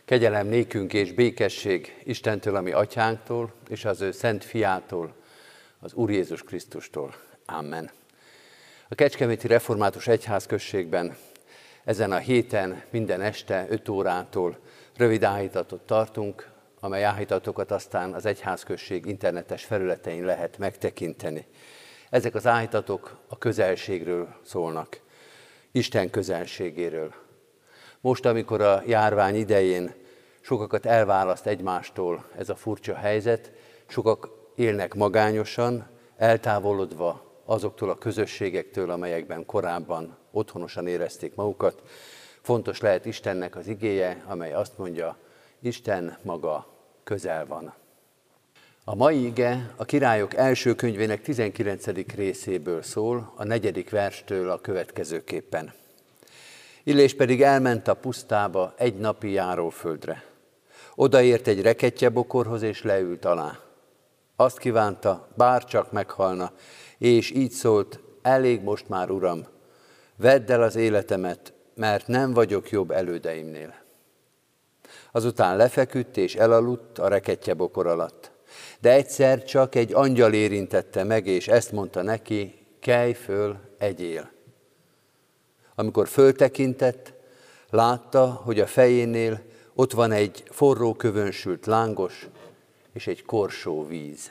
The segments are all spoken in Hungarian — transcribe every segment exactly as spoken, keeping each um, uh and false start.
Kegyelem nékünk és békesség Istentől, ami atyánktól, és az ő szent fiától, az Úr Jézus Krisztustól. Amen. A Kecskeméti Református Egyházközségben ezen a héten minden este öt órától rövid áhítatot tartunk, amely áhítatokat aztán az Egyházközség internetes felületein lehet megtekinteni. Ezek az áhítatok a közelségről szólnak, Isten közelségéről. Most, amikor a járvány idején sokakat elválaszt egymástól ez a furcsa helyzet, sokak élnek magányosan, eltávolodva azoktól a közösségektől, amelyekben korábban otthonosan érezték magukat. Fontos lehet Istennek az igéje, amely azt mondja, Isten maga közel van. A mai ige a Királyok első könyvének tizenkilencedik részéből szól, a negyedik verstől a következőképpen. Illés pedig elment a pusztába egy napi járóföldre. Odaért egy rekettjebokorhoz és leült alá. Azt kívánta, bárcsak meghalna, és így szólt, elég most már, Uram, vedd el az életemet, mert nem vagyok jobb elődeimnél. Azután lefeküdt és elaludt a rekettjebokor alatt. De egyszer csak egy angyal érintette meg, és ezt mondta neki, kelj föl, egyél. Amikor föltekintett, látta, hogy a fejénél ott van egy forró kövön-sült lángos és egy korsó víz.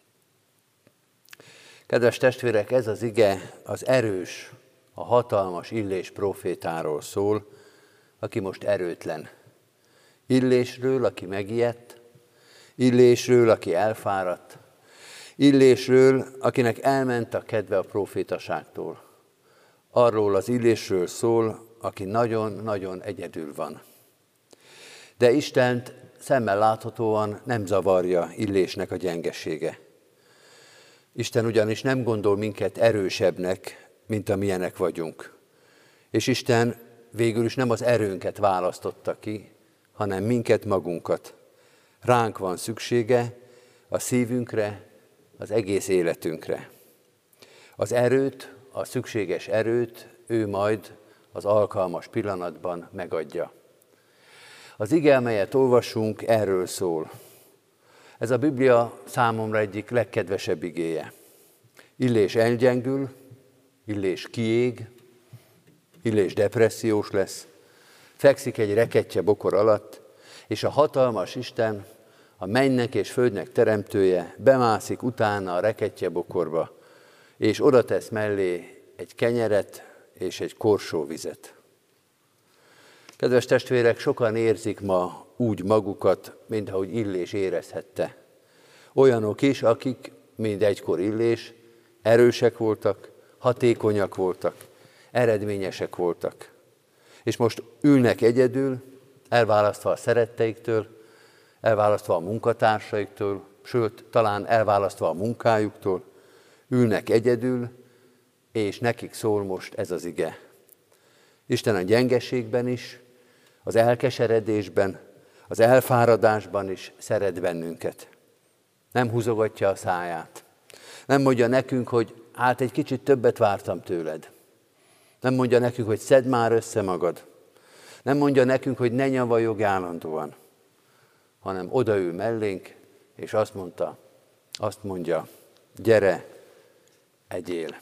Kedves testvérek, ez az ige az erős, a hatalmas Illés prófétáról szól, aki most erőtlen. Illésről, aki megijedt, Illésről, aki elfáradt, Illésről, akinek elment a kedve a prófétaságtól. Arról az Illésről szól, aki nagyon-nagyon egyedül van. De Istent szemmel láthatóan nem zavarja Illésnek a gyengesége. Isten ugyanis nem gondol minket erősebbnek, mint amilyenek vagyunk. És Isten végül is nem az erőnket választotta ki, hanem minket magunkat. Ránk van szüksége, a szívünkre, az egész életünkre. Az erőt, a szükséges erőt ő majd az alkalmas pillanatban megadja. Az ige, amelyet olvasunk, erről szól. Ez a Biblia számomra egyik legkedvesebb igéje. Illés elgyengül, Illés kiég, Illés depressziós lesz, fekszik egy rekettjebokor alatt, és a hatalmas Isten, a mennynek és földnek teremtője bemászik utána a rekettjebokorba, és oda tesz mellé egy kenyeret és egy korsó vizet. Kedves testvérek, sokan érzik ma úgy magukat, mint ahogy Illés érezhette. Olyanok is, akik, mind egykor Illés, erősek voltak, hatékonyak voltak, eredményesek voltak. És most ülnek egyedül, elválasztva a szeretteiktől, elválasztva a munkatársaiktól, sőt, talán elválasztva a munkájuktól, ülnek egyedül, és nekik szól most ez az ige. Isten a gyengeségben is, az elkeseredésben, az elfáradásban is szeret bennünket. Nem húzogatja a száját. Nem mondja nekünk, hogy hát egy kicsit többet vártam tőled. Nem mondja nekünk, hogy szedd már össze magad. Nem mondja nekünk, hogy ne nyavajogj állandóan, hanem odaül mellénk, és azt mondta, azt mondja, gyere, egyél.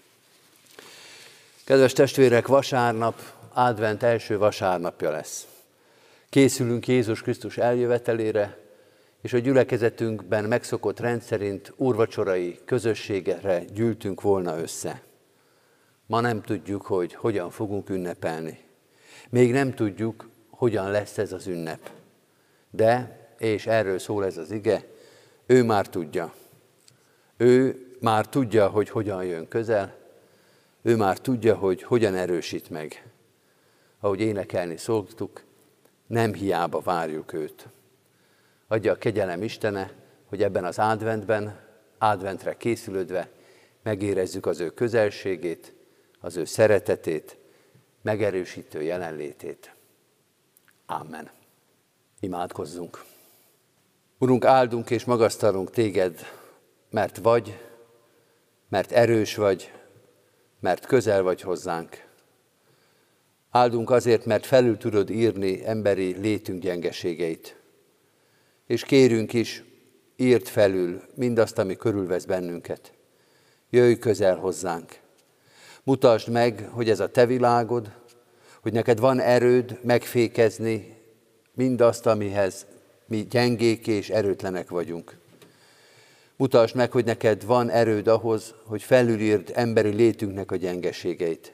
Kedves testvérek, vasárnap, advent első vasárnapja lesz. Készülünk Jézus Krisztus eljövetelére, és a gyülekezetünkben megszokott rendszerint úrvacsorai közösségre gyűltünk volna össze. Ma nem tudjuk, hogy hogyan fogunk ünnepelni. Még nem tudjuk, hogyan lesz ez az ünnep. De, és erről szól ez az ige, ő már tudja. Ő már tudja, hogy hogyan jön közel, ő már tudja, hogy hogyan erősít meg. Ahogy énekelni szoktuk, nem hiába várjuk őt. Adja a kegyelem Istene, hogy ebben az adventben, adventre készülődve megérezzük az ő közelségét, az ő szeretetét, megerősítő jelenlétét. Amen. Imádkozzunk. Urunk, áldunk és magasztalunk téged, mert vagy, mert erős vagy, mert közel vagy hozzánk. Áldunk azért, mert felül tudod írni emberi létünk gyengeségeit. És kérünk is, írd felül mindazt, ami körülvesz bennünket. Jöjj közel hozzánk. Mutasd meg, hogy ez a te világod, hogy neked van erőd megfékezni mindazt, amihez mi gyengék és erőtlenek vagyunk. Mutasd meg, hogy neked van erőd ahhoz, hogy felülírd emberi létünknek a gyengeségeit.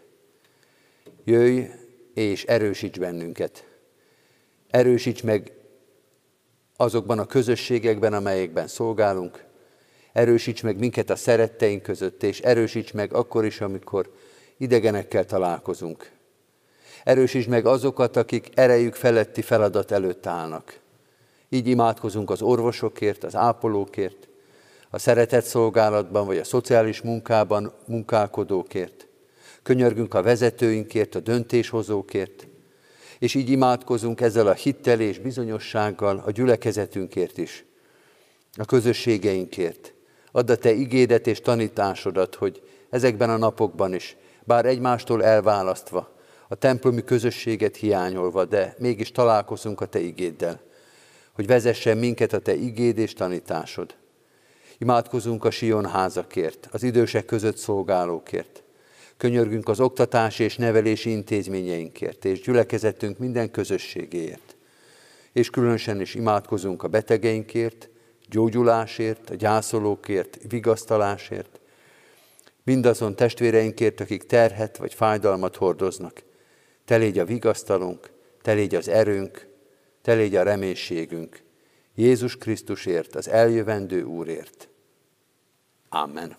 Jöjj és erősíts bennünket. Erősíts meg azokban a közösségekben, amelyekben szolgálunk. Erősíts meg minket a szeretteink között, és erősíts meg akkor is, amikor idegenekkel találkozunk. Erősíts meg azokat, akik erejük feletti feladat előtt állnak. Így imádkozunk az orvosokért, az ápolókért, a szeretett szolgálatban vagy a szociális munkában munkálkodókért. Könyörgünk a vezetőinkért, a döntéshozókért, és így imádkozunk ezzel a hittel és bizonyossággal a gyülekezetünkért is, a közösségeinkért. Add a te igédet és tanításodat, hogy ezekben a napokban is, bár egymástól elválasztva, a templomi közösséget hiányolva, de mégis találkozunk a te igéddel, hogy vezessen minket a te igéd és tanításod. Imádkozunk a Sion házakért, az idősek között szolgálókért. Könyörgünk az oktatási és nevelési intézményeinkért, és gyülekezetünk minden közösségéért. És különösen is imádkozunk a betegeinkért, gyógyulásért, a gyászolókért, vigasztalásért, mindazon testvéreinkért, akik terhet vagy fájdalmat hordoznak. Te légy a vigasztalónk, te légy az erőnk, te légy a reménységünk. Jézus Krisztusért, az eljövendő Úrért. Amen.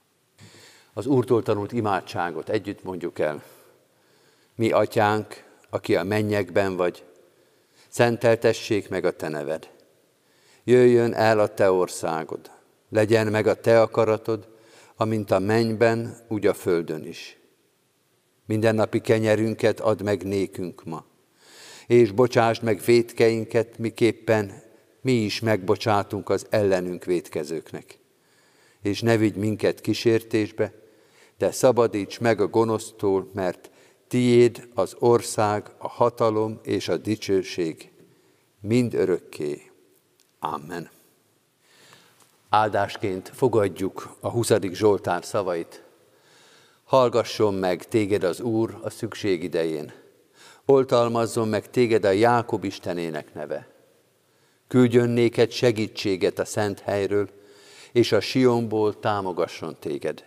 Az Úrtól tanult imádságot együtt mondjuk el. Mi atyánk, aki a mennyekben vagy, szenteltessék meg a te neved. Jöjjön el a te országod, legyen meg a te akaratod, amint a mennyben, úgy a földön is. Mindennapi kenyerünket add meg nékünk ma, és bocsásd meg vétkeinket, miképpen mi is megbocsátunk az ellenünk vétkezőknek. És ne vigy minket kísértésbe, de szabadíts meg a gonosztól, mert tiéd az ország, a hatalom és a dicsőség mind örökké. Amen. Áldásként fogadjuk a huszadik Zsoltár szavait. Hallgasson meg téged az Úr a szükség idején. Oltalmazzon meg téged a Jákob Istenének neve. Küldjön néked segítséget a szent helyről, és a Sionból támogasson téged.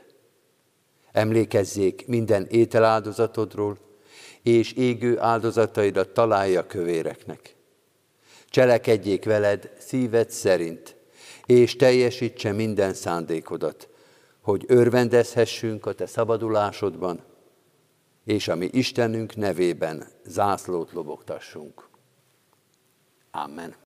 Emlékezzék minden ételáldozatodról, és égő áldozataidat találja kövéreknek. Cselekedjék veled szíved szerint, és teljesítse minden szándékodat, hogy örvendezhessünk a te szabadulásodban, és a mi Istenünk nevében zászlót lobogtassunk. Amen.